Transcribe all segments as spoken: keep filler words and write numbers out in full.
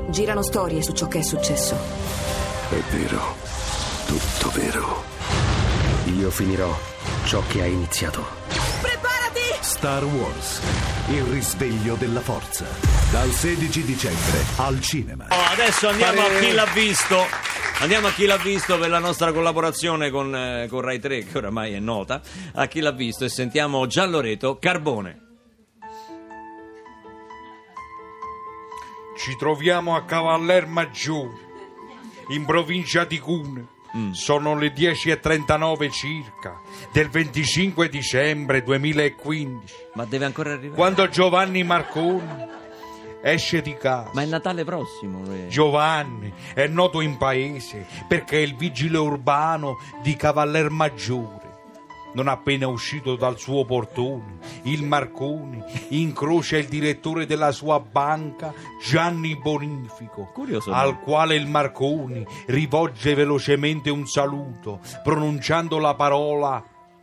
Girano storie su ciò che è successo. È vero, tutto vero. Io finirò ciò che ha iniziato. Preparati! Star Wars, il risveglio della forza. Dal sedici dicembre al cinema. Oh, adesso andiamo Pare... a Chi l'ha visto. Andiamo a Chi l'ha visto per la nostra collaborazione con, eh, con Rai tre, che oramai è nota. A Chi l'ha visto e sentiamo Gialloreto, Carbone. Ci troviamo a Cavaller Maggiore, in provincia di Cuneo. Mm. Sono le dieci e trentanove circa del venticinque dicembre duemilaquindici. Ma deve ancora arrivare? Quando Giovanni Marconi esce di casa. Ma è Natale prossimo. Lui. Giovanni è noto in paese perché è il vigile urbano di Cavaller Maggiore. Non appena uscito dal suo portone, il Marconi incrocia il direttore della sua banca, Gianni Bonifico, Curioso, al no? quale il Marconi rivolge velocemente un saluto, pronunciando la parola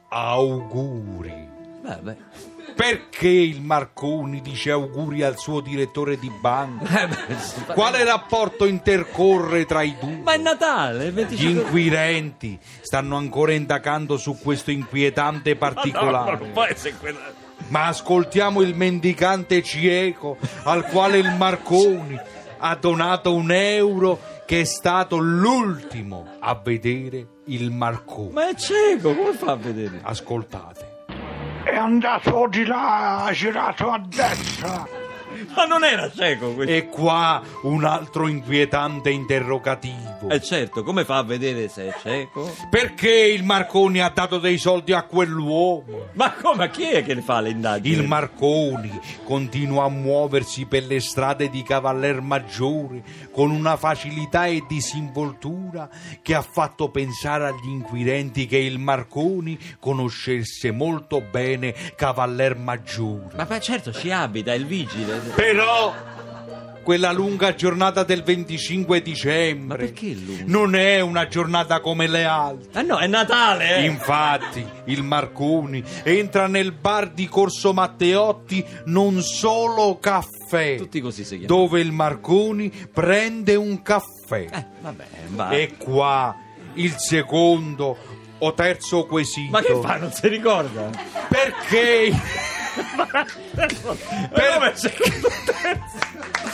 auguri. Beh, beh. Perché il Marconi dice auguri al suo direttore di banca? Eh beh, Quale rapporto intercorre tra i due? Ma è Natale, il Gli venticinque... inquirenti stanno ancora indagando su questo inquietante particolare. No, non può essere inquietante. Ma ascoltiamo il mendicante cieco al quale il Marconi ha donato un euro, che è stato l'ultimo a vedere il Marconi. Ma è cieco, come fa a vedere? Ascoltate. È andato di là, ha girato a destra. Ma non era cieco questo? E qua un altro inquietante interrogativo. Eh certo, come fa a vedere se è cieco? Perché il Marconi ha dato dei soldi a quell'uomo? Ma come? Chi è che fa le indagini? Il Marconi continua a muoversi per le strade di Cavaller Maggiore con una facilità e disinvoltura che ha fatto pensare agli inquirenti che il Marconi conoscesse molto bene Cavaller Maggiore. Ma, ma certo, ci abita, è il vigile. Però quella lunga giornata del venticinque dicembre Ma perché lunga? non è una giornata come le altre. Ah no, è Natale, eh! Infatti il Marconi entra nel bar di Corso Matteotti Non Solo Caffè, Tutti così si chiamano. dove il Marconi prende un caffè. Eh, vabbè, va. E qua il secondo o terzo quesito. Ma che fa? Non si ricorda? Perché? Ma come c'è questo terzo?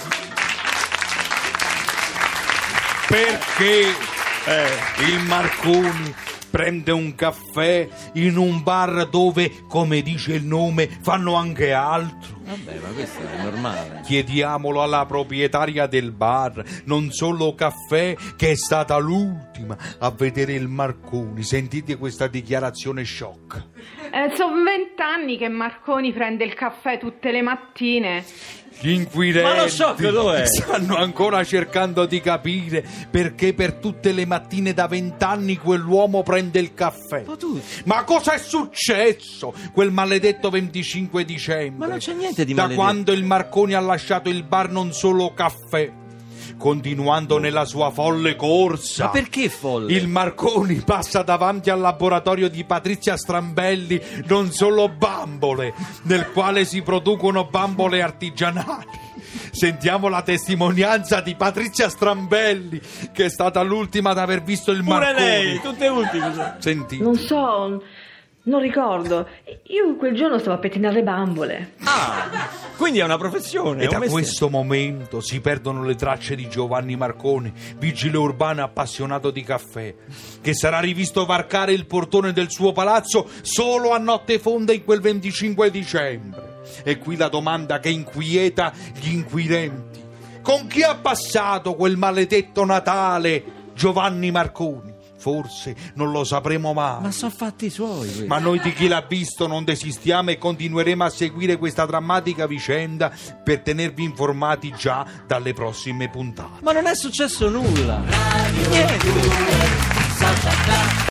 Perché eh, il Marconi prende un caffè in un bar dove, come dice il nome, fanno anche altro. Vabbè, ma questo è normale. Chiediamolo alla proprietaria del bar, Non Solo Caffè, che è stata l'ultima a vedere il Marconi. Sentite questa dichiarazione shock. Eh, sono vent'anni che Marconi prende il caffè tutte le mattine. Gli inquirenti Ma lo shock dov'è? stanno ancora cercando di capire perché per tutte le mattine da vent'anni quell'uomo prende il caffè. Ma tu... Ma cosa è successo quel maledetto venticinque dicembre? Ma non c'è niente di Da maledetto. quando il Marconi ha lasciato il bar Non Solo Caffè, continuando nella sua folle corsa. Ma perché folle? Il Marconi passa davanti al laboratorio di Patrizia Strambelli Non Solo Bambole, nel quale si producono bambole artigianali. Sentiamo la testimonianza di Patrizia Strambelli, che è stata l'ultima ad aver visto il Pure Marconi. lei, tutte ultime. Sentite. Non so, non ricordo. Io quel giorno stavo a pettinare bambole. Ah, quindi è una professione. E è un da mestiere. questo momento si perdono le tracce di Giovanni Marconi, vigile urbano appassionato di caffè, che sarà rivisto varcare il portone del suo palazzo solo a notte fonda in quel venticinque dicembre. E qui la domanda che inquieta gli inquirenti: con chi ha passato quel maledetto Natale Giovanni Marconi? Forse non lo sapremo mai. Ma sono fatti suoi questi. Ma noi di Chi l'ha visto non desistiamo e continueremo a seguire questa drammatica vicenda per tenervi informati già dalle prossime puntate. Ma non è successo nulla. Niente.